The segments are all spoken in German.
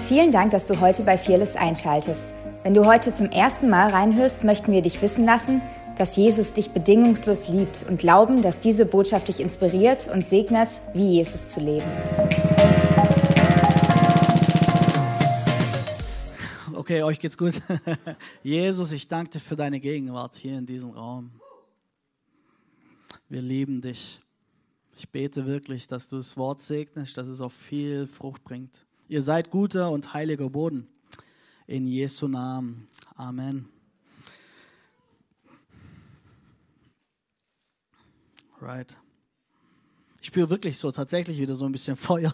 Vielen Dank, dass du heute bei Fearless einschaltest. Wenn du heute zum ersten Mal reinhörst, möchten wir dich wissen lassen, dass Jesus dich bedingungslos liebt und glauben, dass diese Botschaft dich inspiriert und segnet, wie Jesus zu leben. Okay, euch geht's gut. Jesus, ich danke dir für deine Gegenwart hier in diesem Raum. Wir lieben dich. Ich bete wirklich, dass du das Wort segnest, dass es auch viel Frucht bringt. Ihr seid guter und heiliger Boden. In Jesu Namen. Amen. Right. Ich spüre wirklich so tatsächlich wieder so ein bisschen Feuer.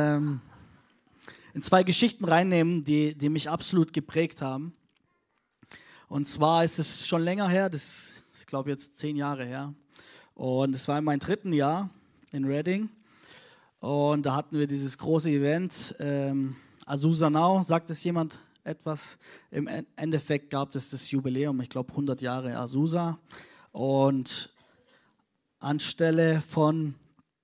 In zwei Geschichten reinnehmen, die mich absolut geprägt haben. Und zwar ist es schon länger her, ich glaube jetzt 10 Jahre her. Und es war in meinem 3. Jahr in Reading. Und da hatten wir dieses große Event, Azusa Now, sagt es jemand etwas? Im Endeffekt gab es das Jubiläum, ich glaube 100 Jahre Azusa. Und anstelle von,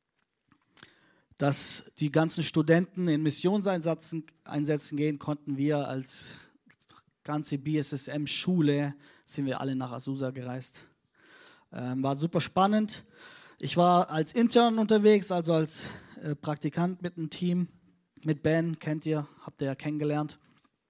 dass die ganzen Studenten in Missionseinsätzen gehen, konnten wir als ganze BSSM-Schule, sind wir alle nach Azusa gereist. War super spannend. Ich war als Intern unterwegs, also als Praktikant mit einem Team, mit Ben, habt ihr ja kennengelernt.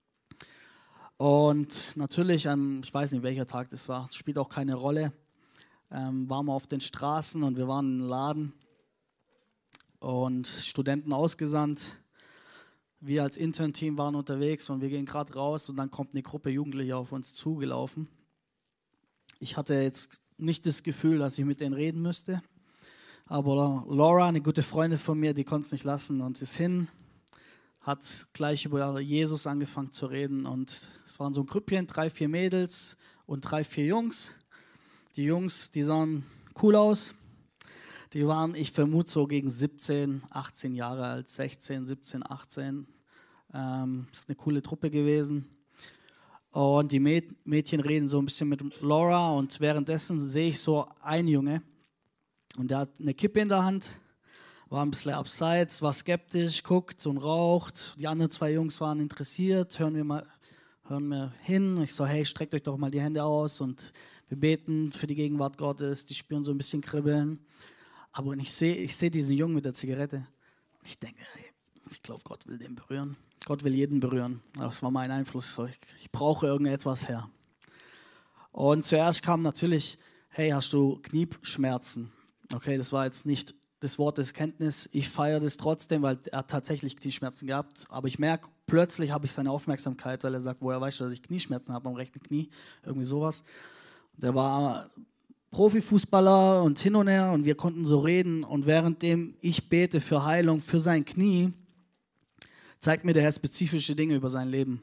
Und natürlich, ich weiß nicht, welcher Tag das war, spielt auch keine Rolle, waren wir auf den Straßen und wir waren im Laden und Studenten ausgesandt. Wir als Intern-Team waren unterwegs und wir gehen gerade raus und dann kommt eine Gruppe Jugendlicher auf uns zugelaufen. Ich hatte jetzt nicht das Gefühl, dass ich mit denen reden müsste. Aber Laura, eine gute Freundin von mir, die konnte es nicht lassen und ist hin, hat gleich über Jesus angefangen zu reden. Und es waren so ein Grüppchen, 3, 4 Mädels und 3, 4 Jungs. Die Jungs, die sahen cool aus. Die waren, ich vermute, so gegen 17, 18 Jahre alt, 16, 17, 18. Das ist eine coole Truppe gewesen. Und die Mädchen reden so ein bisschen mit Laura und währenddessen sehe ich so einen Junge und der hat eine Kippe in der Hand, war ein bisschen abseits, war skeptisch, guckt und raucht. Die anderen 2 Jungs waren interessiert, hören wir hin. Ich so, hey, streckt euch doch mal die Hände aus und wir beten für die Gegenwart Gottes. Die spüren so ein bisschen Kribbeln. Aber ich sehe diesen Jungen mit der Zigarette. Ich denke, hey, ich glaube, Gott will den berühren. Gott will jeden berühren. Das war mein Einfluss. Ich brauche irgendetwas her. Und zuerst kam natürlich, hey, hast du Knieschmerzen? Okay, das war jetzt nicht das Wort des Kenntnis. Ich feiere das trotzdem, weil er tatsächlich Knieschmerzen gehabt. Aber ich merke, plötzlich habe ich seine Aufmerksamkeit, weil er sagt, woher weißt du, dass ich Knieschmerzen habe am rechten Knie? Irgendwie sowas. Der war Profifußballer und hin und her und wir konnten so reden. Und währenddem ich bete für Heilung für sein Knie, zeigt mir der Herr spezifische Dinge über sein Leben.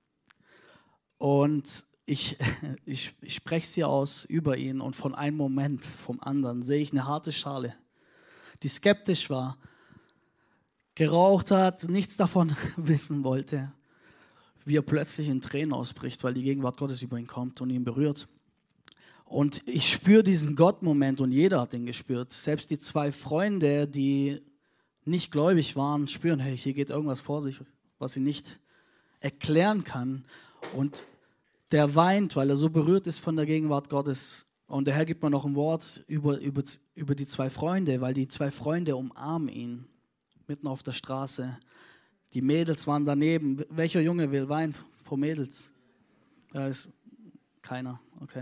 Und ich spreche sie aus über ihn und von einem Moment vom anderen sehe ich eine harte Schale, die skeptisch war, geraucht hat, nichts davon wissen wollte, wie er plötzlich in Tränen ausbricht, weil die Gegenwart Gottes über ihn kommt und ihn berührt. Und ich spüre diesen Gott-Moment und jeder hat den gespürt. Selbst die 2 Freunde, die nicht gläubig waren, spüren, hey, hier geht irgendwas vor sich, was sie nicht erklären kann. Und der weint, weil er so berührt ist von der Gegenwart Gottes. Und der Herr gibt mir noch ein Wort über die 2 Freunde, weil die 2 Freunde umarmen ihn mitten auf der Straße. Die Mädels waren daneben. Welcher Junge will weinen vor Mädels? Da ist keiner.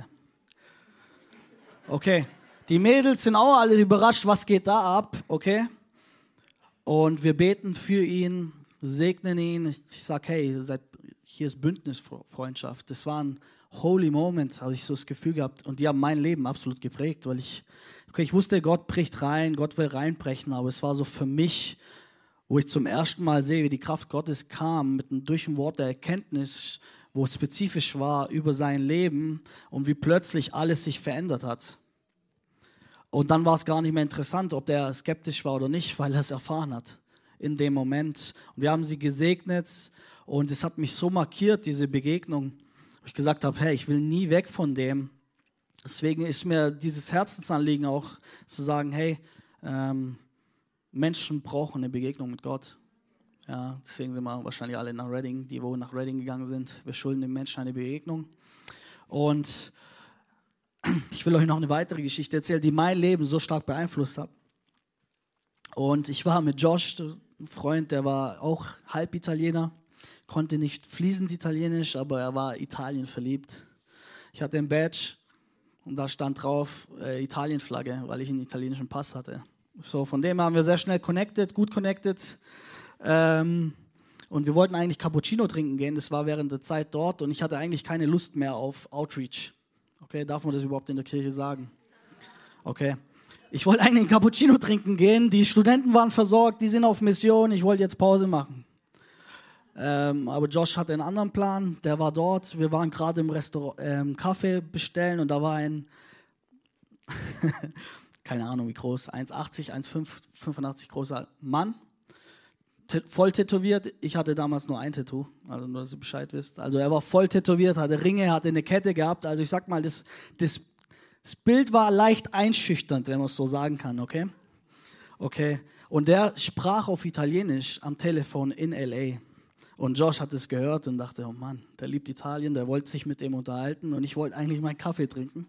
Okay. Die Mädels sind auch alle überrascht, was geht da ab, okay? Und wir beten für ihn, segnen ihn. Ich sage, hey, hier ist Bündnisfreundschaft. Das war ein holy Moment, habe ich so das Gefühl gehabt. Und die haben mein Leben absolut geprägt, weil ich wusste, Gott bricht rein, Gott will reinbrechen. Aber es war so für mich, wo ich zum ersten Mal sehe, wie die Kraft Gottes kam, durch ein Wort der Erkenntnis, wo es spezifisch war über sein Leben und wie plötzlich alles sich verändert hat. Und dann war es gar nicht mehr interessant, ob der skeptisch war oder nicht, weil er es erfahren hat in dem Moment. Und wir haben sie gesegnet und es hat mich so markiert, diese Begegnung, wo ich gesagt habe, hey, ich will nie weg von dem. Deswegen ist mir dieses Herzensanliegen auch zu sagen, hey, Menschen brauchen eine Begegnung mit Gott. Ja, deswegen sind wir wahrscheinlich alle nach Reading, die wo nach Reading gegangen sind. Wir schulden den Menschen eine Begegnung. Und ich will euch noch eine weitere Geschichte erzählen, die mein Leben so stark beeinflusst hat. Und ich war mit Josh, ein Freund, der war auch halb Italiener, konnte nicht fließend Italienisch, aber er war Italien verliebt. Ich hatte ein Badge und da stand drauf Italienflagge, weil ich einen italienischen Pass hatte. So, von dem haben wir sehr schnell gut connected. Und wir wollten eigentlich Cappuccino trinken gehen, das war während der Zeit dort und ich hatte eigentlich keine Lust mehr auf Outreach. Okay, darf man das überhaupt in der Kirche sagen? Okay. Ich wollte eigentlich einen Cappuccino trinken gehen, die Studenten waren versorgt, die sind auf Mission, ich wollte jetzt Pause machen. Aber Josh hatte einen anderen Plan, der war dort, wir waren gerade im Restaurant, Kaffee bestellen und da war ein, keine Ahnung wie groß, 1,80, 1,85 großer Mann, voll tätowiert. Ich hatte damals nur ein Tattoo, also nur, dass ihr Bescheid wisst. Also er war voll tätowiert, hatte Ringe, hatte eine Kette gehabt, also ich sag mal, das Bild war leicht einschüchternd, wenn man es so sagen kann, okay? Okay. Und der sprach auf Italienisch am Telefon in L.A. Und Josh hat es gehört und dachte, oh Mann, der liebt Italien, der wollte sich mit dem unterhalten und ich wollte eigentlich meinen Kaffee trinken.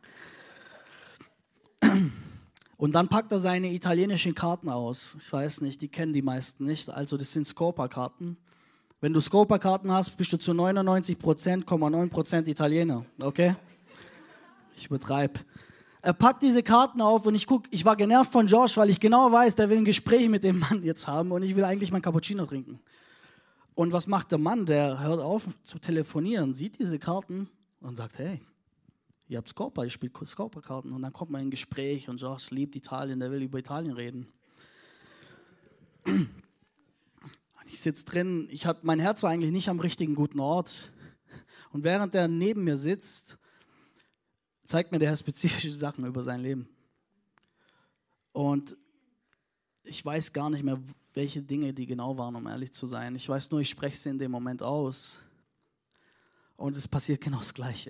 Und dann packt er seine italienischen Karten aus. Ich weiß nicht, die kennen die meisten nicht. Also das sind Scopa-Karten. Wenn du Scopa-Karten hast, bist du zu 99,9% Italiener, okay? Ich übertreibe. Er packt diese Karten auf und ich war genervt von Josh, weil ich genau weiß, der will ein Gespräch mit dem Mann jetzt haben und ich will eigentlich mein Cappuccino trinken. Und was macht der Mann? Der hört auf zu telefonieren, sieht diese Karten und sagt, hey, ihr habt Scopa, ihr spielt Scopa-Karten. Und dann kommt man in ein Gespräch und Josh liebt Italien, der will über Italien reden. Und ich sitze drin, mein Herz war eigentlich nicht am richtigen guten Ort. Und während er neben mir sitzt, zeigt mir der Herr spezifische Sachen über sein Leben. Und ich weiß gar nicht mehr, welche Dinge die genau waren, um ehrlich zu sein. Ich weiß nur, ich spreche sie in dem Moment aus. Und es passiert genau das Gleiche.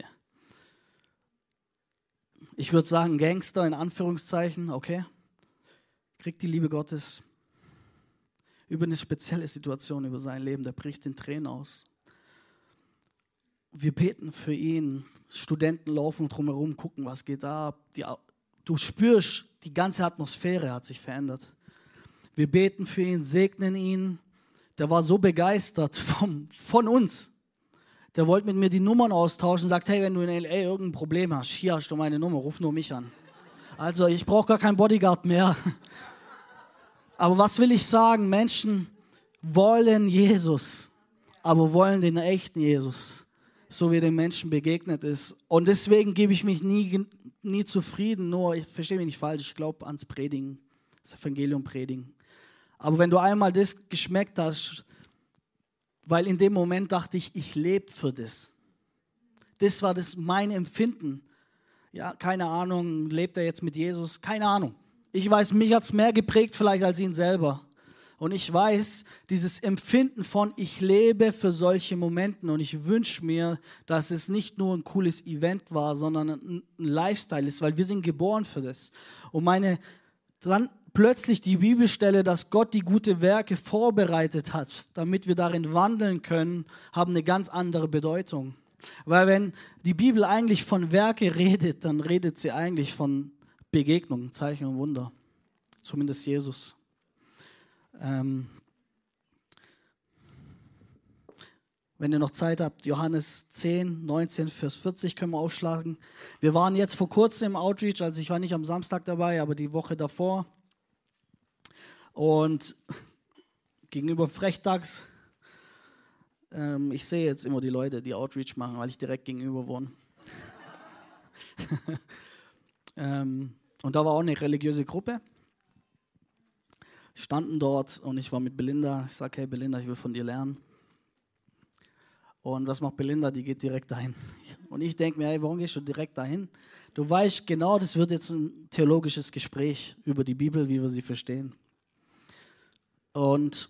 Ich würde sagen, Gangster in Anführungszeichen, okay, kriegt die Liebe Gottes über eine spezielle Situation über sein Leben, der bricht in Tränen aus. Wir beten für ihn, Studenten laufen drumherum, gucken, was geht da ab. Du spürst, die ganze Atmosphäre hat sich verändert. Wir beten für ihn, segnen ihn. Der war so begeistert von uns. Der wollte mit mir die Nummern austauschen, sagt, hey, wenn du in L.A. irgendein Problem hast, hier hast du meine Nummer, ruf nur mich an. Also ich brauche gar keinen Bodyguard mehr. Aber was will ich sagen? Menschen wollen Jesus, aber wollen den echten Jesus, so wie den Menschen begegnet ist. Und deswegen gebe ich mich nie zufrieden, nur, ich verstehe mich nicht falsch, ich glaube ans Predigen, das Evangelium predigen. Aber wenn du einmal das geschmeckt hast, weil in dem Moment dachte ich, ich lebe für das. Das war mein Empfinden. Ja, keine Ahnung, lebt er jetzt mit Jesus? Keine Ahnung. Ich weiß, mich hat es mehr geprägt vielleicht als ihn selber. Und ich weiß, dieses Empfinden von, ich lebe für solche Momente und ich wünsche mir, dass es nicht nur ein cooles Event war, sondern ein Lifestyle ist, weil wir sind geboren für das. Und dann plötzlich die Bibelstelle, dass Gott die guten Werke vorbereitet hat, damit wir darin wandeln können, haben eine ganz andere Bedeutung. Weil wenn die Bibel eigentlich von Werke redet, dann redet sie eigentlich von Begegnungen, Zeichen und Wunder. Zumindest Jesus. Wenn ihr noch Zeit habt, Johannes 10, 19, Vers 40 können wir aufschlagen. Wir waren jetzt vor kurzem im Outreach, also ich war nicht am Samstag dabei, aber die Woche davor. Und gegenüber Frechtags, ich sehe jetzt immer die Leute, die Outreach machen, weil ich direkt gegenüber wohne. Und da war auch eine religiöse Gruppe. Standen dort und ich war mit Belinda. Ich sage, hey Belinda, ich will von dir lernen. Und was macht Belinda? Die geht direkt dahin. Und ich denke mir, hey, warum gehst du direkt dahin? Du weißt genau, das wird jetzt ein theologisches Gespräch über die Bibel, wie wir sie verstehen. Und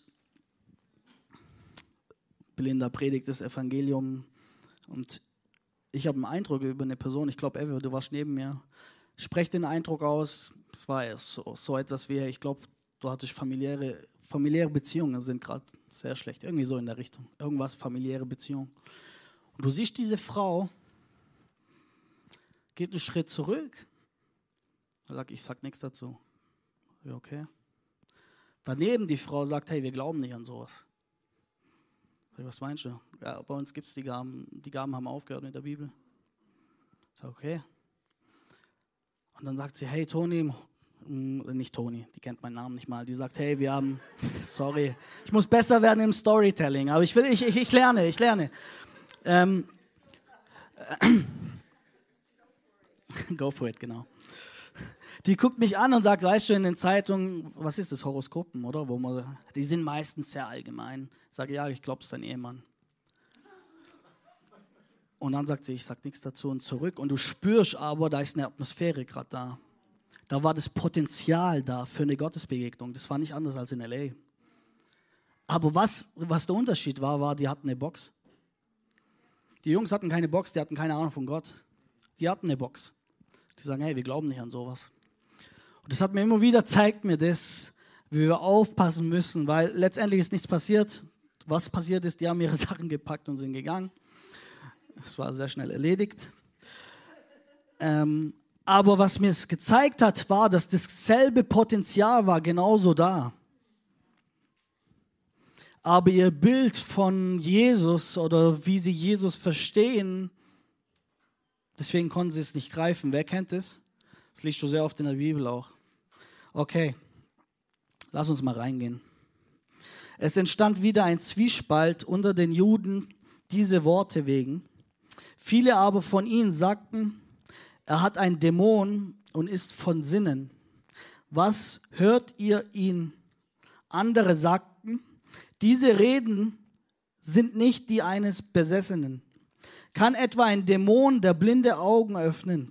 Belinda predigt das Evangelium und ich habe einen Eindruck über eine Person, ich glaube, Ewe, du warst neben mir, spreche den Eindruck aus, es war so etwas wie, ich glaube, du hattest familiäre familiäre Beziehungen sind gerade sehr schlecht. Irgendwie so in der Richtung. Irgendwas, familiäre Beziehung. Und du siehst diese Frau, geht einen Schritt zurück. Sagt, ich sag nichts dazu. Ja, okay. Daneben die Frau sagt, hey, wir glauben nicht an sowas. Was meinst du? Ja, bei uns gibt es die Gaben. Die Gaben haben aufgehört mit der Bibel. Ich sage, okay. Und dann sagt sie, hey Toni, nicht Toni, die kennt meinen Namen nicht mal. Die sagt, hey, wir haben, sorry, ich muss besser werden im Storytelling, aber ich lerne. Go for it, genau. Die guckt mich an und sagt, weißt du, in den Zeitungen, was ist das, Horoskopen, oder? Die sind meistens sehr allgemein. Ich sage, ja, ich glaube, es ist dein Ehemann. Und dann sagt sie, ich sage nichts dazu und zurück. Und du spürst aber, da ist eine Atmosphäre gerade da. Da war das Potenzial da für eine Gottesbegegnung. Das war nicht anders als in L.A. Aber was der Unterschied war, die hatten eine Box. Die Jungs hatten keine Box, die hatten keine Ahnung von Gott. Die hatten eine Box. Die sagen, hey, wir glauben nicht an sowas. Und das hat mir immer wieder, zeigt mir das, wie wir aufpassen müssen, weil letztendlich ist nichts passiert. Was passiert ist, die haben ihre Sachen gepackt und sind gegangen. Es war sehr schnell erledigt. Aber was mir es gezeigt hat, war, dass dasselbe Potenzial war genauso da. Aber ihr Bild von Jesus oder wie sie Jesus verstehen, deswegen konnten sie es nicht greifen. Wer kennt es? Das liest du sehr oft in der Bibel auch. Okay, lass uns mal reingehen. Es entstand wieder ein Zwiespalt unter den Juden, diese Worte wegen. Viele aber von ihnen sagten, er hat einen Dämon und ist von Sinnen. Was hört ihr ihn? Andere sagten, diese Reden sind nicht die eines Besessenen. Kann etwa ein Dämon blinde Augen öffnen?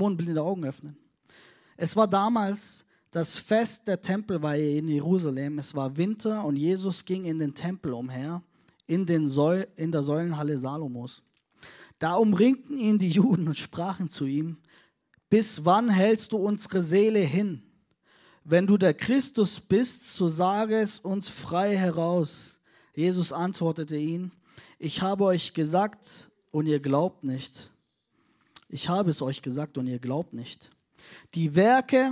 Es war damals das Fest der Tempelweihe in Jerusalem. Es war Winter und Jesus ging in den Tempel umher, in der Säulenhalle Salomos. Da umringten ihn die Juden und sprachen zu ihm, bis wann hältst du unsere Seele hin? Wenn du der Christus bist, so sage es uns frei heraus. Jesus antwortete ihnen, ich habe euch gesagt und ihr glaubt nicht. Ich habe es euch gesagt und ihr glaubt nicht. Die Werke,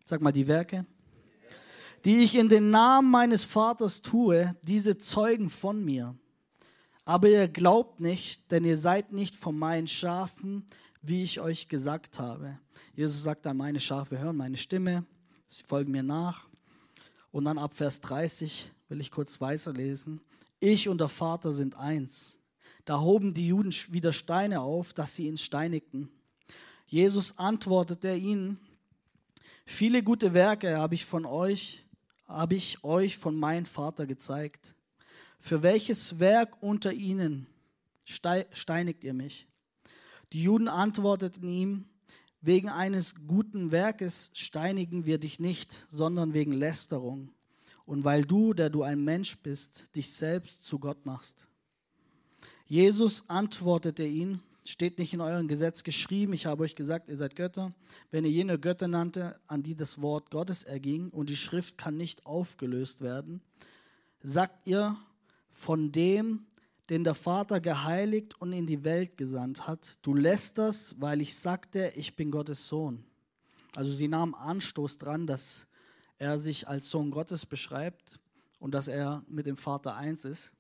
die ich in den Namen meines Vaters tue, diese zeugen von mir. Aber ihr glaubt nicht, denn ihr seid nicht von meinen Schafen, wie ich euch gesagt habe. Jesus sagt dann, meine Schafe hören meine Stimme, sie folgen mir nach. Und dann ab Vers 30 will ich kurz weiterlesen. Ich und der Vater sind eins. Da hoben die Juden wieder Steine auf, dass sie ihn steinigten. Jesus antwortete ihnen, viele gute Werke habe ich euch von meinem Vater gezeigt. Für welches Werk unter ihnen steinigt ihr mich? Die Juden antworteten ihm, wegen eines guten Werkes steinigen wir dich nicht, sondern wegen Lästerung. Und weil du, der du ein Mensch bist, dich selbst zu Gott machst. Jesus antwortete ihnen, steht nicht in eurem Gesetz geschrieben, ich habe euch gesagt, ihr seid Götter. Wenn ihr jene Götter nannte, an die das Wort Gottes erging und die Schrift kann nicht aufgelöst werden, sagt ihr von dem, den der Vater geheiligt und in die Welt gesandt hat, du lästerst, weil ich sagte, ich bin Gottes Sohn. Also sie nahmen Anstoß dran, dass er sich als Sohn Gottes beschreibt und dass er mit dem Vater eins ist.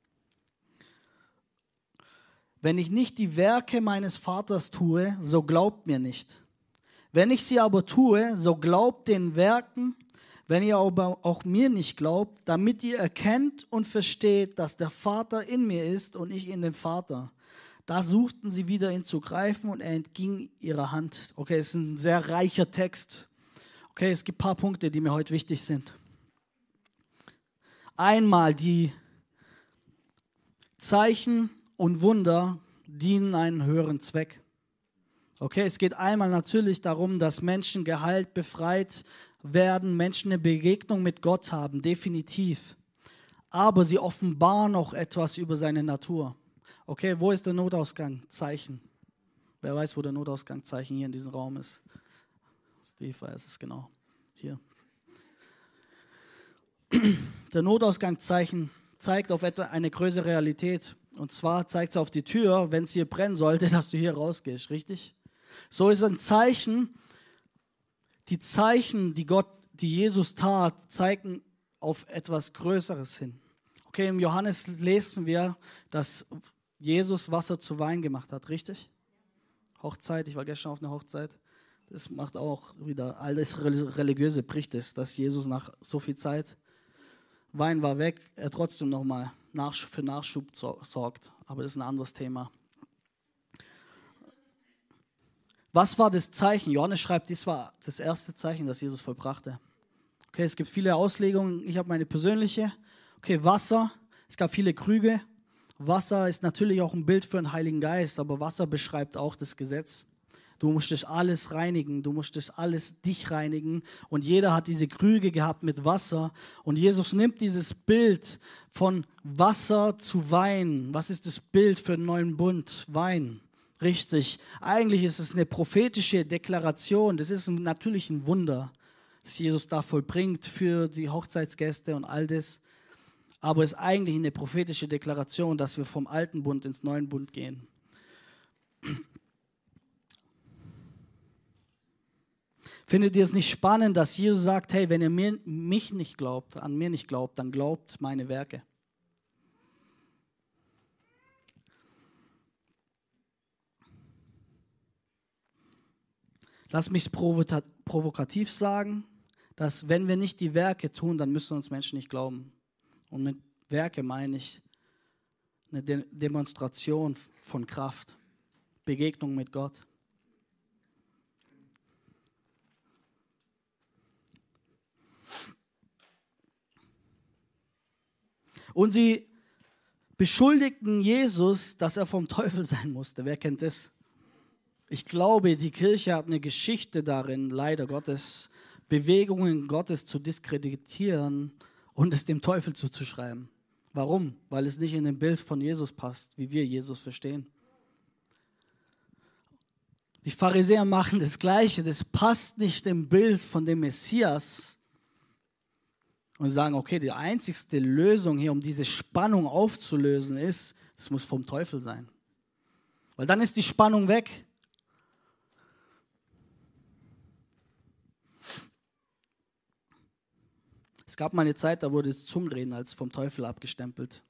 Wenn ich nicht die Werke meines Vaters tue, so glaubt mir nicht. Wenn ich sie aber tue, so glaubt den Werken. Wenn ihr aber auch mir nicht glaubt, damit ihr erkennt und versteht, dass der Vater in mir ist und ich in dem Vater. Da suchten sie wieder, ihn zu greifen und er entging ihrer Hand. Okay, es ist ein sehr reicher Text. Okay, es gibt ein paar Punkte, die mir heute wichtig sind. Einmal, die Zeichen und Wunder dienen einen höheren Zweck. Okay, es geht einmal natürlich darum, dass Menschen geheilt, befreit werden, Menschen eine Begegnung mit Gott haben, definitiv. Aber sie offenbaren auch etwas über seine Natur. Okay, wo ist der Notausgang? Zeichen. Wer weiß, wo der Notausgang-Zeichen hier in diesem Raum ist? Steve weiß es genau. Hier. Der Notausgangszeichen zeigt auf eine größere Realität. Und zwar zeigt es auf die Tür, wenn es hier brennen sollte, dass du hier rausgehst, richtig? So ist ein Zeichen, die Zeichen, die Jesus tat, zeigen auf etwas Größeres hin. Okay, im Johannes lesen wir, dass Jesus Wasser zu Wein gemacht hat, richtig? Hochzeit, ich war gestern auf einer Hochzeit. Das macht auch wieder alles Religiöse, bricht es, dass Jesus nach so viel Zeit, Wein war weg, er trotzdem nochmal für Nachschub sorgt. Aber das ist ein anderes Thema. Was war das Zeichen? Johannes schreibt, dies war das erste Zeichen, das Jesus vollbrachte. Okay, es gibt viele Auslegungen, ich habe meine persönliche. Okay, Wasser, es gab viele Krüge. Wasser ist natürlich auch ein Bild für den Heiligen Geist, aber Wasser beschreibt auch das Gesetz. Du musstest alles reinigen, du musstest alles dich reinigen und jeder hat diese Krüge gehabt mit Wasser und Jesus nimmt dieses Bild von Wasser zu Wein. Was ist das Bild für den neuen Bund? Wein, richtig. Eigentlich ist es eine prophetische Deklaration, das ist natürlich ein Wunder, das Jesus da vollbringt für die Hochzeitsgäste und all das. Aber es ist eigentlich eine prophetische Deklaration, dass wir vom alten Bund ins neuen Bund gehen. Findet ihr es nicht spannend, dass Jesus sagt, hey, wenn ihr mich nicht glaubt, an mir nicht glaubt, dann glaubt meine Werke. Lass mich es provokativ sagen, dass wenn wir nicht die Werke tun, dann müssen uns Menschen nicht glauben. Und mit Werke meine ich eine Demonstration von Kraft, Begegnung mit Gott. Und sie beschuldigten Jesus, dass er vom Teufel sein musste. Wer kennt das? Ich glaube, die Kirche hat eine Geschichte darin, leider Gottes, Bewegungen Gottes zu diskreditieren und es dem Teufel zuzuschreiben. Warum? Weil es nicht in dem Bild von Jesus passt, wie wir Jesus verstehen. Die Pharisäer machen das Gleiche, das passt nicht im Bild von dem Messias. Und sagen, okay, die einzigste Lösung hier, um diese Spannung aufzulösen, ist, es muss vom Teufel sein. Weil dann ist die Spannung weg. Es gab mal eine Zeit, da wurde das Zungenreden als vom Teufel abgestempelt.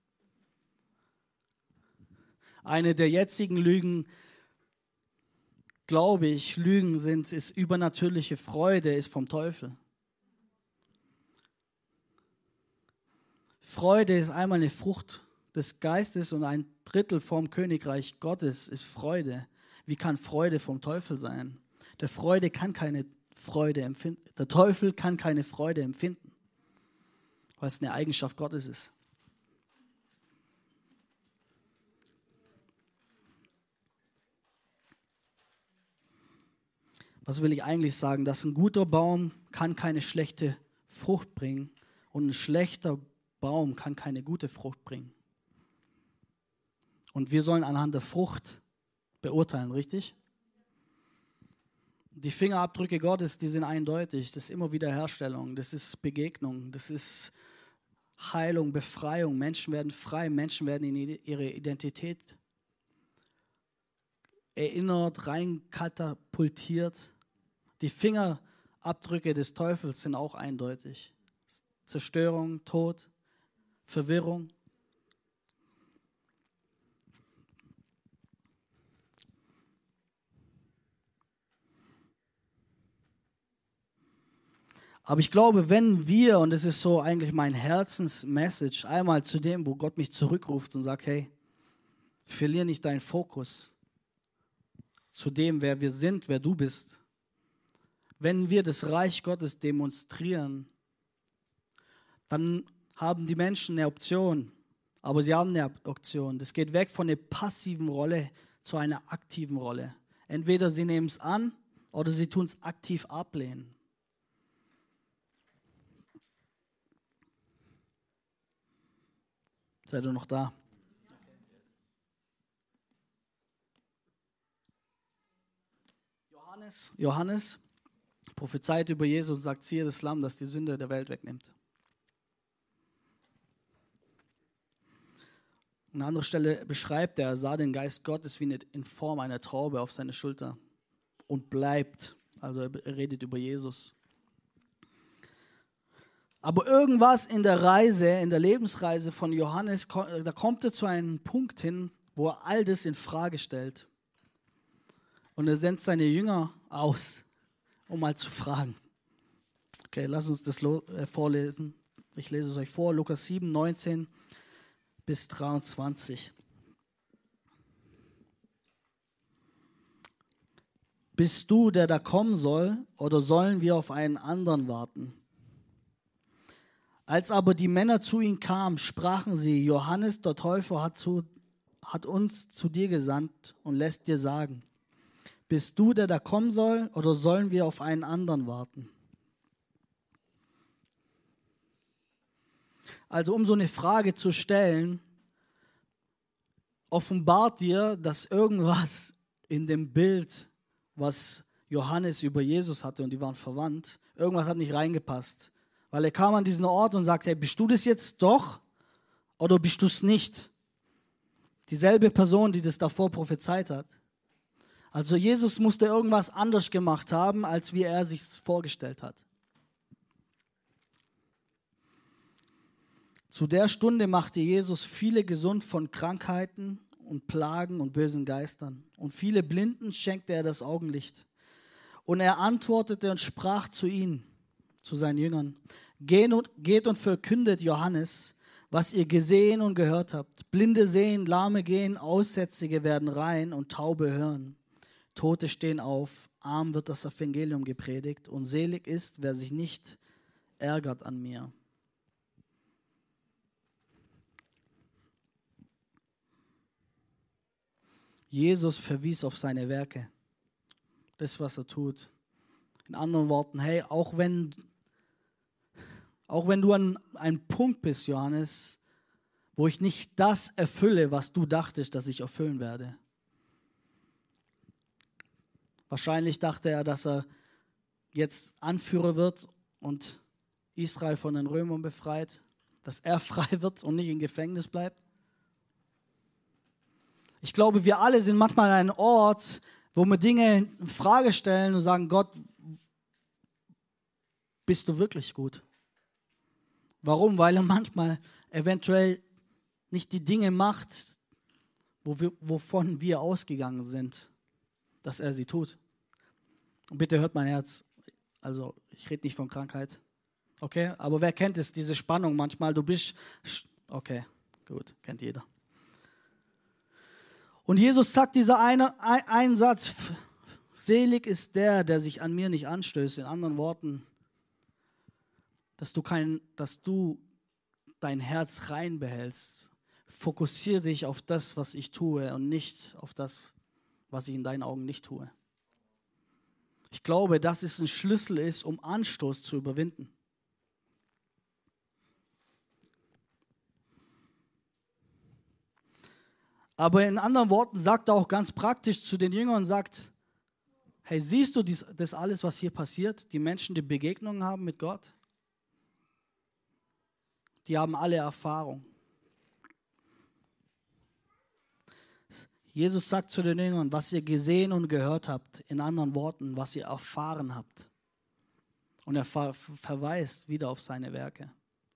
Eine der jetzigen Lügen, glaube ich, Lügen sind, ist übernatürliche Freude, ist vom Teufel. Freude ist einmal eine Frucht des Geistes und ein Drittel vom Königreich Gottes ist Freude. Wie kann Freude vom Teufel sein? Der Teufel kann keine Freude empfinden, weil es eine Eigenschaft Gottes ist. Was will ich eigentlich sagen? Dass ein guter Baum kann keine schlechte Frucht bringen und ein schlechter Baum kann keine gute Frucht bringen. Und wir sollen anhand der Frucht beurteilen, richtig? Die Fingerabdrücke Gottes, die sind eindeutig. Das ist immer Wiederherstellung, das ist Begegnung, das ist Heilung, Befreiung. Menschen werden frei, Menschen werden in ihre Identität erinnert, reinkatapultiert. Die Fingerabdrücke des Teufels sind auch eindeutig. Zerstörung, Tod, Verwirrung. Aber ich glaube, wenn wir, und das ist so eigentlich mein Herzensmessage, einmal zu dem, wo Gott mich zurückruft und sagt, hey, verlier nicht deinen Fokus zu dem, wer wir sind, wer du bist. Wenn wir das Reich Gottes demonstrieren, dann haben die Menschen eine Option, aber sie haben eine Option. Das geht weg von einer passiven Rolle zu einer aktiven Rolle. Entweder sie nehmen es an oder sie tun es aktiv ablehnen. Seid ihr noch da? Johannes prophezeit über Jesus und sagt, siehe das Lamm, das die Sünde der Welt wegnimmt. An anderer Stelle beschreibt er sah den Geist Gottes wie in Form einer Taube auf seine Schulter und bleibt. Also er redet über Jesus. Aber irgendwas in der Reise, in der Lebensreise von Johannes, da kommt er zu einem Punkt hin, wo er all das in Frage stellt. Und er sendet seine Jünger aus, um mal zu fragen. Okay, lass uns das vorlesen. Ich lese es euch vor, Lukas 7, 19 bis 23. Bist du, der da kommen soll, oder sollen wir auf einen anderen warten? Als aber die Männer zu ihm kamen, sprachen sie, Johannes der Täufer hat uns zu dir gesandt und lässt dir sagen, bist du, der da kommen soll, oder sollen wir auf einen anderen warten? Also um so eine Frage zu stellen, offenbart dir, dass irgendwas in dem Bild, was Johannes über Jesus hatte, und die waren verwandt, irgendwas hat nicht reingepasst. Weil er kam an diesen Ort und sagte, hey, bist du das jetzt doch oder bist du es nicht? Dieselbe Person, die das davor prophezeit hat. Also Jesus musste irgendwas anders gemacht haben, als wie er sich vorgestellt hat. Zu der Stunde machte Jesus viele gesund von Krankheiten und Plagen und bösen Geistern. Und viele Blinden schenkte er das Augenlicht. Und er antwortete und sprach zu ihnen, zu seinen Jüngern, geht und verkündet Johannes, was ihr gesehen und gehört habt. Blinde sehen, Lahme gehen, Aussätzige werden rein und Taube hören. Tote stehen auf, arm wird das Evangelium gepredigt und selig ist, wer sich nicht ärgert an mir. Jesus verwies auf seine Werke, das, was er tut. In anderen Worten, hey, auch wenn du an einem Punkt bist, Johannes, wo ich nicht das erfülle, was du dachtest, dass ich erfüllen werde. Wahrscheinlich dachte er, dass er jetzt Anführer wird und Israel von den Römern befreit, dass er frei wird und nicht im Gefängnis bleibt. Ich glaube, wir alle sind manchmal an einem Ort, wo wir Dinge in Frage stellen und sagen, Gott, bist du wirklich gut? Warum? Weil er manchmal eventuell nicht die Dinge macht, wovon wir ausgegangen sind, dass er sie tut. Und bitte hört mein Herz, also ich rede nicht von Krankheit, okay? Aber wer kennt es, diese Spannung manchmal, okay, gut, kennt jeder. Und Jesus sagt dieser einen Satz, selig ist der sich an mir nicht anstößt. In anderen Worten, dass du dein Herz rein behältst. Fokussiere dich auf das, was ich tue und nicht auf das, was ich in deinen Augen nicht tue. Ich glaube, dass es ein Schlüssel ist, um Anstoß zu überwinden. Aber in anderen Worten sagt er auch ganz praktisch zu den Jüngern und sagt, hey, siehst du das alles, was hier passiert? Die Menschen, die Begegnungen haben mit Gott, die haben alle Erfahrung. Jesus sagt zu den Jüngern, was ihr gesehen und gehört habt, in anderen Worten, was ihr erfahren habt. Und er verweist wieder auf seine Werke.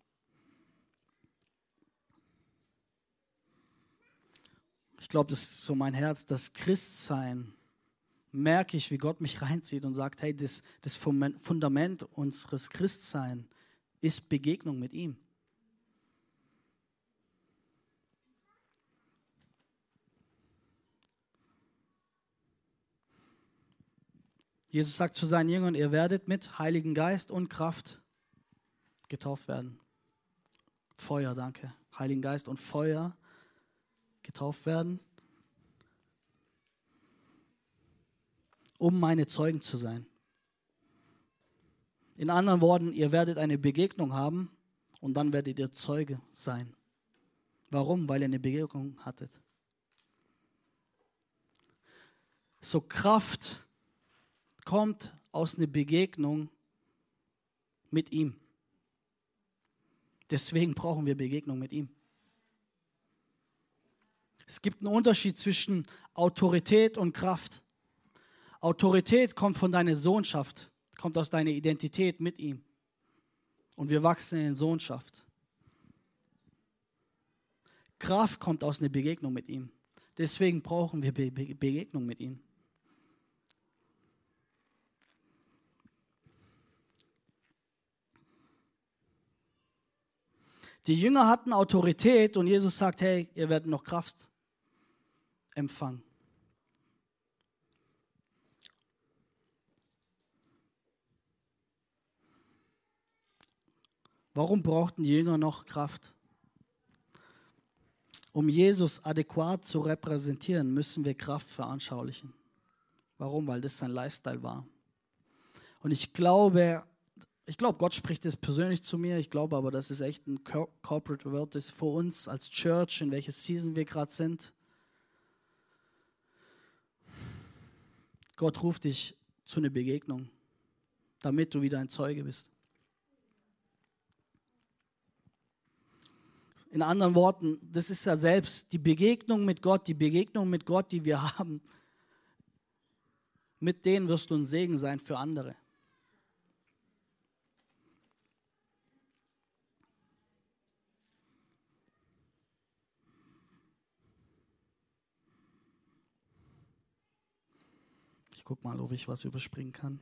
Ich glaube, das ist so mein Herz, das Christsein. Merke ich, wie Gott mich reinzieht und sagt, hey, das Fundament unseres Christseins ist Begegnung mit ihm. Jesus sagt zu seinen Jüngern, ihr werdet mit Heiligen Geist und Kraft getauft werden. Feuer, danke. Heiligen Geist und Feuer getauft werden, um meine Zeugen zu sein. In anderen Worten, ihr werdet eine Begegnung haben und dann werdet ihr Zeuge sein. Warum? Weil ihr eine Begegnung hattet. So Kraft kommt aus einer Begegnung mit ihm. Deswegen brauchen wir Begegnung mit ihm. Es gibt einen Unterschied zwischen Autorität und Kraft. Autorität kommt von deiner Sohnschaft, kommt aus deiner Identität mit ihm. Und wir wachsen in Sohnschaft. Kraft kommt aus einer Begegnung mit ihm. Deswegen brauchen wir Begegnung mit ihm. Die Jünger hatten Autorität und Jesus sagt, hey, ihr werdet noch Kraft empfangen. Warum brauchten die Jünger noch Kraft? Um Jesus adäquat zu repräsentieren, müssen wir Kraft veranschaulichen. Warum? Weil das sein Lifestyle war. Und ich glaube, Gott spricht das persönlich zu mir. Ich glaube aber, dass es echt ein Corporate Word ist für uns als Church, in welcher Season wir gerade sind. Gott ruft dich zu einer Begegnung, damit du wieder ein Zeuge bist. In anderen Worten, das ist ja selbst die Begegnung mit Gott, die wir haben, mit denen wirst du ein Segen sein für andere. Ich gucke mal, ob ich was überspringen kann.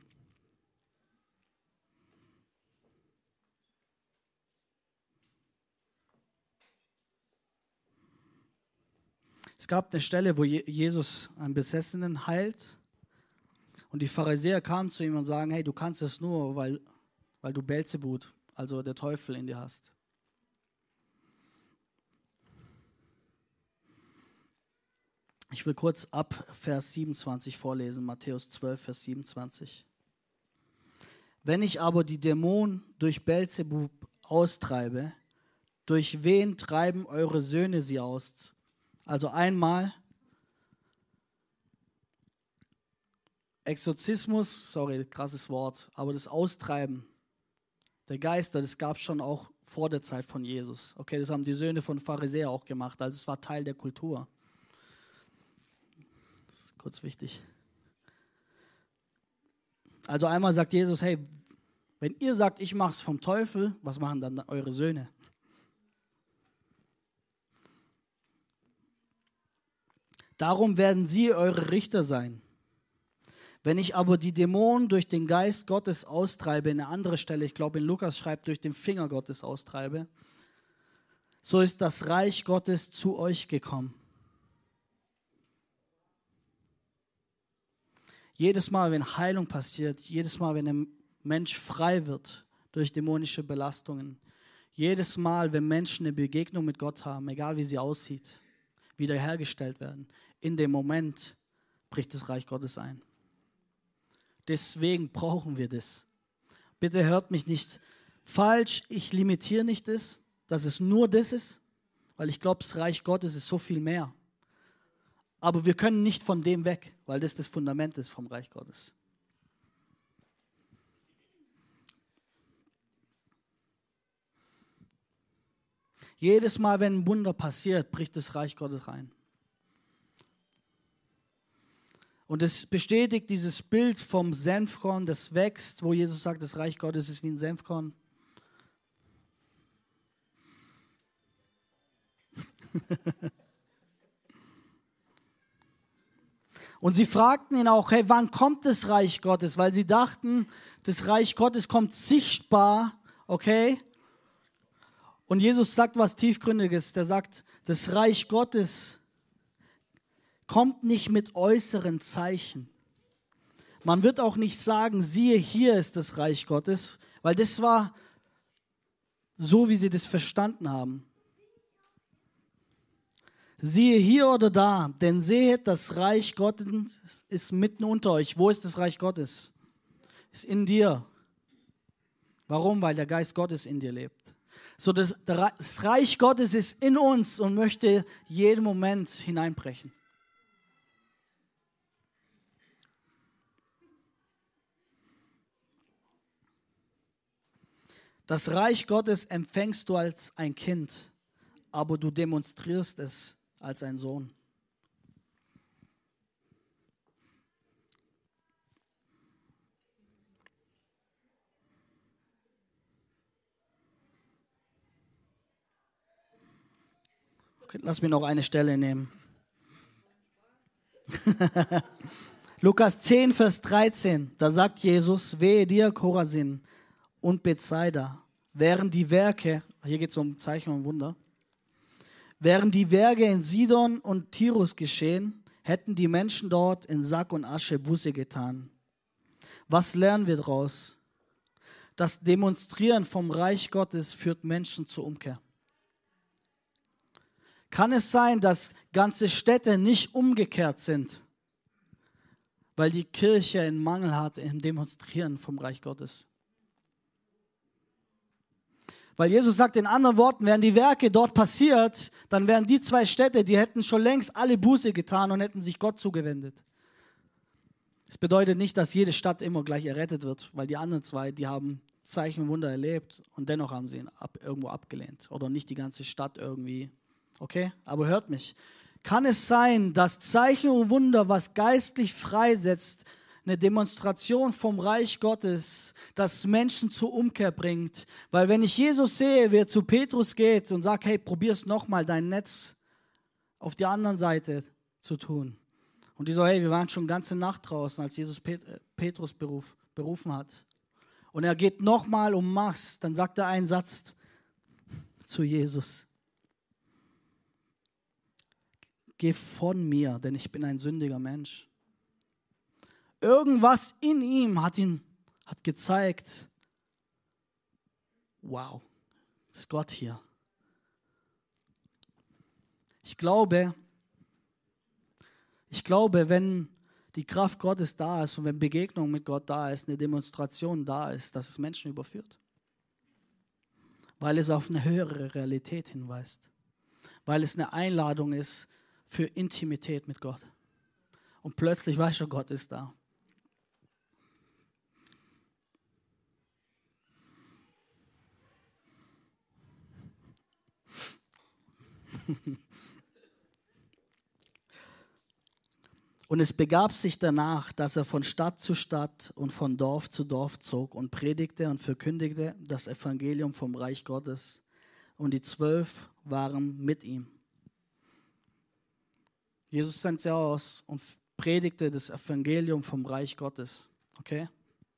Es gab eine Stelle, wo Jesus einen Besessenen heilt und die Pharisäer kamen zu ihm und sagen, hey, du kannst das nur, weil du Beelzebub, also der Teufel in dir hast. Ich will kurz ab Vers 27 vorlesen, Matthäus 12, Vers 27. Wenn ich aber die Dämonen durch Beelzebub austreibe, durch wen treiben eure Söhne sie aus? Also einmal Exorzismus, sorry, krasses Wort, aber das Austreiben der Geister, das gab es schon auch vor der Zeit von Jesus. Okay, das haben die Söhne von Pharisäern auch gemacht, also es war Teil der Kultur. Das ist kurz wichtig. Also einmal sagt Jesus, hey, wenn ihr sagt, ich mache es vom Teufel, was machen dann eure Söhne? Darum werden sie eure Richter sein. Wenn ich aber die Dämonen durch den Geist Gottes austreibe, in eine andere Stelle, ich glaube in Lukas schreibt, durch den Finger Gottes austreibe, so ist das Reich Gottes zu euch gekommen. Jedes Mal, wenn Heilung passiert, jedes Mal, wenn ein Mensch frei wird durch dämonische Belastungen, jedes Mal, wenn Menschen eine Begegnung mit Gott haben, egal wie sie aussieht, wiederhergestellt werden, in dem Moment bricht das Reich Gottes ein. Deswegen brauchen wir das. Bitte hört mich nicht falsch, ich limitiere nicht das, dass es nur das ist, weil ich glaube, das Reich Gottes ist so viel mehr. Aber wir können nicht von dem weg, weil das das Fundament ist vom Reich Gottes. Jedes Mal, wenn ein Wunder passiert, bricht das Reich Gottes rein. Und es bestätigt dieses Bild vom Senfkorn, das wächst, wo Jesus sagt, das Reich Gottes ist wie ein Senfkorn. Und sie fragten ihn auch, hey, wann kommt das Reich Gottes? Weil sie dachten, das Reich Gottes kommt sichtbar, okay? Und Jesus sagt was Tiefgründiges. Der sagt, das Reich Gottes kommt nicht mit äußeren Zeichen. Man wird auch nicht sagen, siehe, hier ist das Reich Gottes, weil das war so, wie sie das verstanden haben. Siehe hier oder da, denn sehet, das Reich Gottes ist mitten unter euch. Wo ist das Reich Gottes? Ist in dir. Warum? Weil der Geist Gottes in dir lebt. So, das Reich Gottes ist in uns und möchte jeden Moment hineinbrechen. Das Reich Gottes empfängst du als ein Kind, aber du demonstrierst es als ein Sohn. Okay, lass mich noch eine Stelle nehmen. Lukas 10, Vers 13, da sagt Jesus, wehe dir, Chorazin und Bethsaida, während die Werke, hier geht es um Zeichen und Wunder, während die Werke in Sidon und Tyrus geschehen, hätten die Menschen dort in Sack und Asche Buße getan. Was lernen wir daraus? Das Demonstrieren vom Reich Gottes führt Menschen zur Umkehr. Kann es sein, dass ganze Städte nicht umgekehrt sind, weil die Kirche einen Mangel hat im Demonstrieren vom Reich Gottes? Weil Jesus sagt in anderen Worten, wären die Werke dort passiert, dann wären die 2 Städte, die hätten schon längst alle Buße getan und hätten sich Gott zugewendet. Das bedeutet nicht, dass jede Stadt immer gleich errettet wird, weil die anderen 2, die haben Zeichen und Wunder erlebt und dennoch haben sie ihn irgendwo abgelehnt oder nicht die ganze Stadt irgendwie. Okay, aber hört mich. Kann es sein, dass Zeichen und Wunder, was geistlich freisetzt, eine Demonstration vom Reich Gottes, das Menschen zur Umkehr bringt? Weil wenn ich Jesus sehe, wie er zu Petrus geht und sagt, hey, probier's nochmal, dein Netz auf die andere Seite zu tun. Und die so, hey, wir waren schon ganze Nacht draußen, als Jesus Petrus berufen hat. Und er geht nochmal und macht's. Dann sagt er einen Satz zu Jesus. Geh von mir, denn ich bin ein sündiger Mensch. Irgendwas in ihm hat gezeigt, wow, ist Gott hier. Ich glaube, wenn die Kraft Gottes da ist und wenn Begegnung mit Gott da ist, eine Demonstration da ist, dass es Menschen überführt. Weil es auf eine höhere Realität hinweist. Weil es eine Einladung ist für Intimität mit Gott. Und plötzlich weißt du, Gott ist da. Und es begab sich danach, dass er von Stadt zu Stadt und von Dorf zu Dorf zog und predigte und verkündigte das Evangelium vom Reich Gottes. Und die 12 waren mit ihm. Jesus sendet sie aus und predigte das Evangelium vom Reich Gottes. Okay?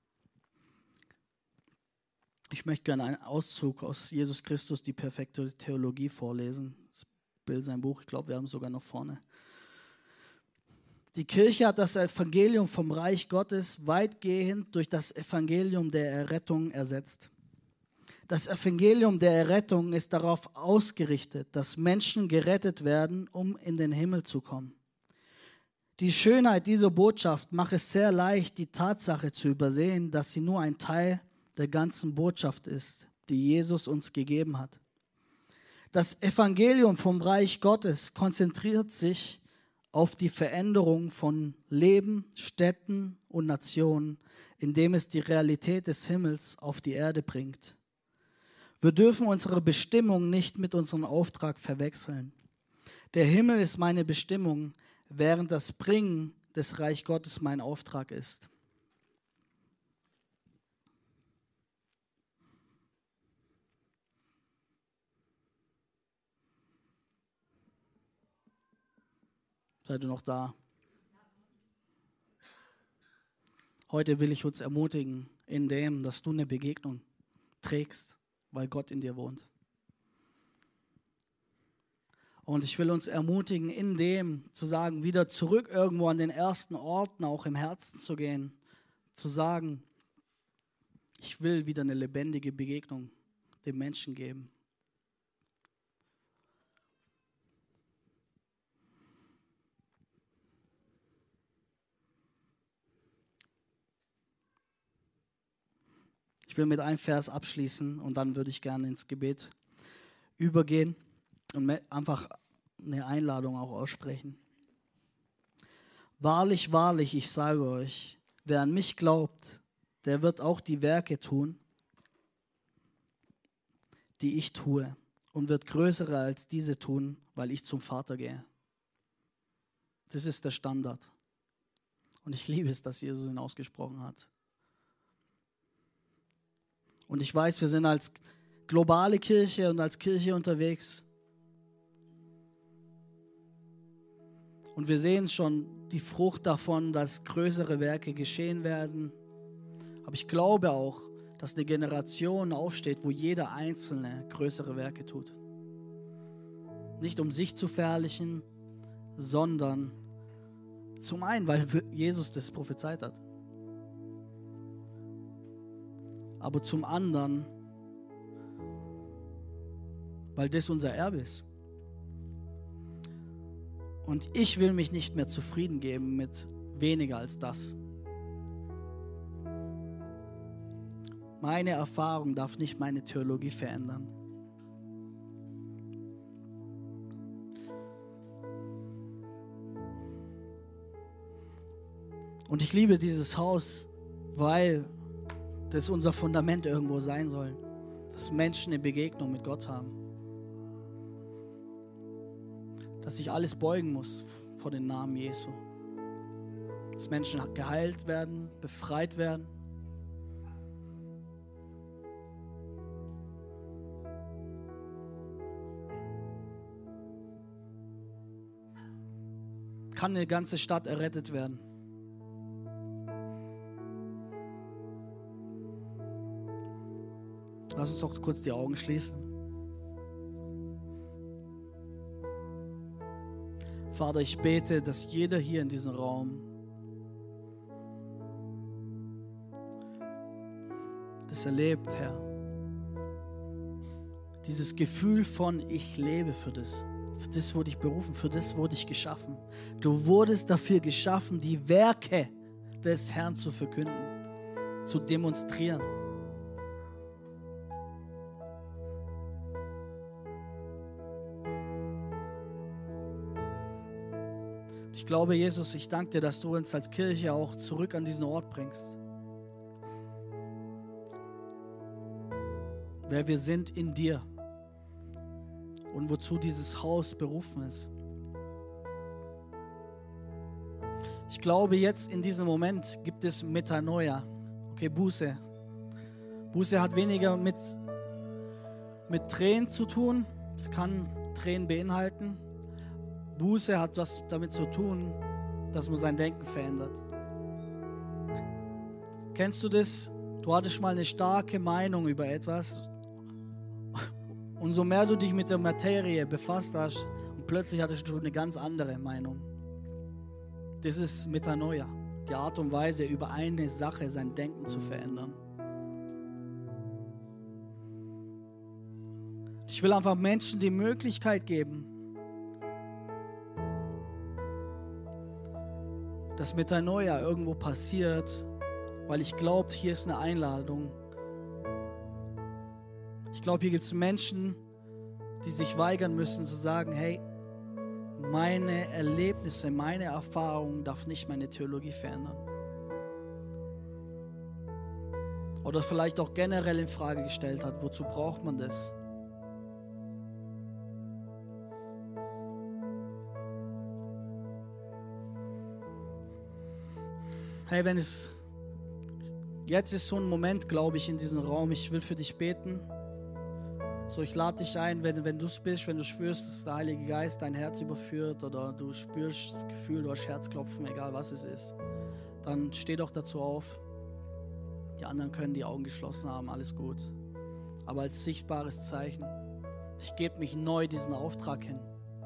Ich möchte gerne einen Auszug aus Jesus Christus, die perfekte Theologie, vorlesen. Das Bild, sein Buch, ich glaube, wir haben es sogar noch vorne. Die Kirche hat das Evangelium vom Reich Gottes weitgehend durch das Evangelium der Errettung ersetzt. Das Evangelium der Errettung ist darauf ausgerichtet, dass Menschen gerettet werden, um in den Himmel zu kommen. Die Schönheit dieser Botschaft macht es sehr leicht, die Tatsache zu übersehen, dass sie nur ein Teil der ganzen Botschaft ist, die Jesus uns gegeben hat. Das Evangelium vom Reich Gottes konzentriert sich auf die Veränderung von Leben, Städten und Nationen, indem es die Realität des Himmels auf die Erde bringt. Wir dürfen unsere Bestimmung nicht mit unserem Auftrag verwechseln. Der Himmel ist meine Bestimmung, während das Bringen des Reich Gottes mein Auftrag ist. Seid ihr noch da? Heute will ich uns ermutigen, in dem, dass du eine Begegnung trägst, weil Gott in dir wohnt. Und ich will uns ermutigen, in dem zu sagen, wieder zurück irgendwo an den ersten Orten, auch im Herzen zu gehen, zu sagen, ich will wieder eine lebendige Begegnung dem Menschen geben. Ich will mit einem Vers abschließen und dann würde ich gerne ins Gebet übergehen und einfach eine Einladung auch aussprechen. Wahrlich, wahrlich, ich sage euch, wer an mich glaubt, der wird auch die Werke tun, die ich tue, und wird größere als diese tun, weil ich zum Vater gehe. Das ist der Standard. Und ich liebe es, dass Jesus ihn ausgesprochen hat. Und ich weiß, wir sind als globale Kirche und als Kirche unterwegs. Und wir sehen schon die Frucht davon, dass größere Werke geschehen werden. Aber ich glaube auch, dass eine Generation aufsteht, wo jeder Einzelne größere Werke tut. Nicht um sich zu verherrlichen, sondern zum einen, weil Jesus das prophezeit hat. Aber zum anderen, weil das unser Erbe ist. Und ich will mich nicht mehr zufrieden geben mit weniger als das. Meine Erfahrung darf nicht meine Theologie verändern. Und ich liebe dieses Haus, weil das unser Fundament irgendwo sein soll. Dass Menschen eine Begegnung mit Gott haben. Dass sich alles beugen muss vor den Namen Jesu. Dass Menschen geheilt werden, befreit werden. Kann eine ganze Stadt errettet werden. Lass uns doch kurz die Augen schließen. Vater, ich bete, dass jeder hier in diesem Raum das erlebt, Herr. Dieses Gefühl von, ich lebe für das. Für das wurde ich berufen, für das wurde ich geschaffen. Du wurdest dafür geschaffen, die Werke des Herrn zu verkünden, zu demonstrieren. Ich glaube, Jesus, ich danke dir, dass du uns als Kirche auch zurück an diesen Ort bringst. Wer wir sind in dir und wozu dieses Haus berufen ist. Ich glaube, jetzt in diesem Moment gibt es Metanoia. Okay, Buße. Buße hat weniger mit Tränen zu tun. Es kann Tränen beinhalten. Buße hat was damit zu tun, dass man sein Denken verändert. Kennst du das? Du hattest mal eine starke Meinung über etwas und so mehr du dich mit der Materie befasst hast und plötzlich hattest du eine ganz andere Meinung. Das ist Metanoia, die Art und Weise, über eine Sache sein Denken zu verändern. Ich will einfach Menschen die Möglichkeit geben, dass Metanoia irgendwo passiert, weil ich glaube, hier ist eine Einladung. Ich glaube, hier gibt es Menschen, die sich weigern müssen zu sagen, hey, meine Erlebnisse, meine Erfahrung darf nicht meine Theologie verändern. Oder vielleicht auch generell in Frage gestellt hat, wozu braucht man das? Hey, jetzt ist so ein Moment, glaube ich, in diesem Raum, ich will für dich beten. So, ich lade dich ein, wenn du es bist, wenn du spürst, dass der Heilige Geist dein Herz überführt oder du spürst das Gefühl, du hast Herzklopfen, egal was es ist, dann steh doch dazu auf. Die anderen können die Augen geschlossen haben, alles gut. Aber als sichtbares Zeichen, ich gebe mich neu diesen Auftrag hin.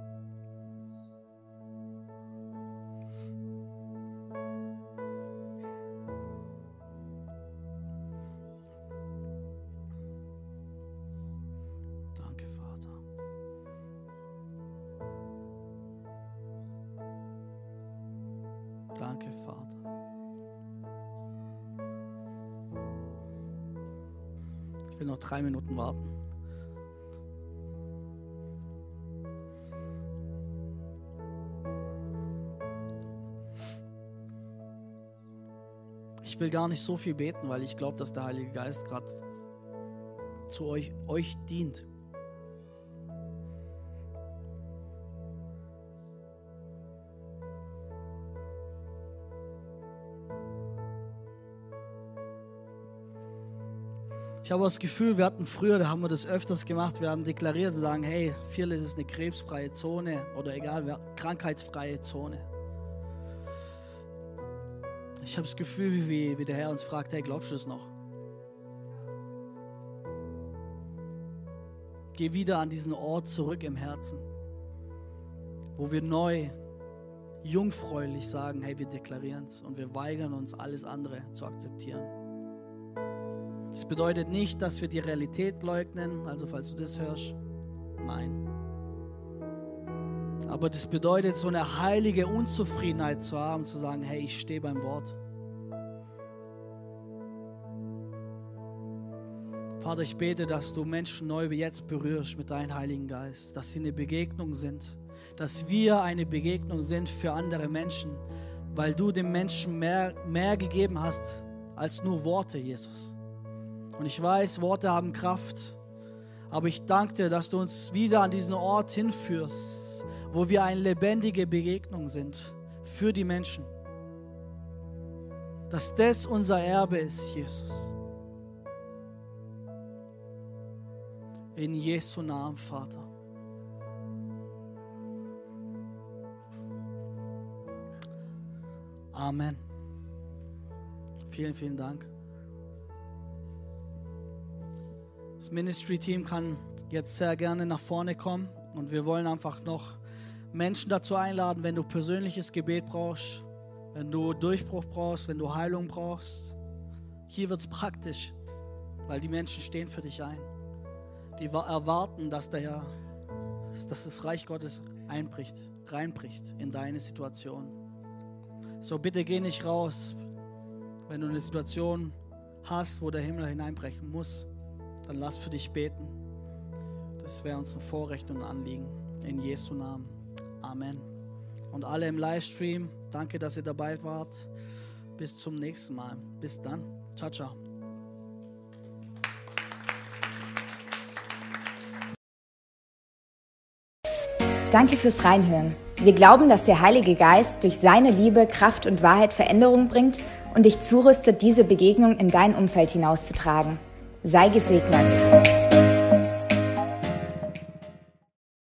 Danke, Vater. Ich will noch 3 Minuten warten. Ich will gar nicht so viel beten, weil ich glaube, dass der Heilige Geist gerade zu euch dient. Ich habe das Gefühl, wir hatten früher, da haben wir das öfters gemacht, wir haben deklariert und sagen, hey, Fearless ist eine krebsfreie Zone oder egal, krankheitsfreie Zone. Ich habe das Gefühl, wie der Herr uns fragt, hey, glaubst du das noch? Geh wieder an diesen Ort zurück im Herzen, wo wir neu, jungfräulich sagen, hey, wir deklarieren es und wir weigern uns, alles andere zu akzeptieren. Das bedeutet nicht, dass wir die Realität leugnen, also falls du das hörst, nein. Aber das bedeutet, so eine heilige Unzufriedenheit zu haben, zu sagen, hey, ich stehe beim Wort. Vater, ich bete, dass du Menschen neu wie jetzt berührst mit deinem Heiligen Geist, dass sie eine Begegnung sind, dass wir eine Begegnung sind für andere Menschen, weil du dem Menschen mehr gegeben hast als nur Worte, Jesus. Und ich weiß, Worte haben Kraft, aber ich danke dir, dass du uns wieder an diesen Ort hinführst, wo wir eine lebendige Begegnung sind für die Menschen. Dass das unser Erbe ist, Jesus. In Jesu Namen, Vater. Amen. Vielen, vielen Dank. Das Ministry-Team kann jetzt sehr gerne nach vorne kommen und wir wollen einfach noch Menschen dazu einladen, wenn du persönliches Gebet brauchst, wenn du Durchbruch brauchst, wenn du Heilung brauchst. Hier wird es praktisch, weil die Menschen stehen für dich ein. Die erwarten, dass das Reich Gottes reinbricht in deine Situation. So bitte geh nicht raus, wenn du eine Situation hast, wo der Himmel hineinbrechen muss. Dann lass für dich beten. Das wäre uns ein Vorrecht und ein Anliegen. In Jesu Namen. Amen. Und alle im Livestream, danke, dass ihr dabei wart. Bis zum nächsten Mal. Bis dann. Ciao, ciao. Danke fürs Reinhören. Wir glauben, dass der Heilige Geist durch seine Liebe, Kraft und Wahrheit Veränderung bringt und dich zurüstet, diese Begegnung in dein Umfeld hinauszutragen. Sei gesegnet.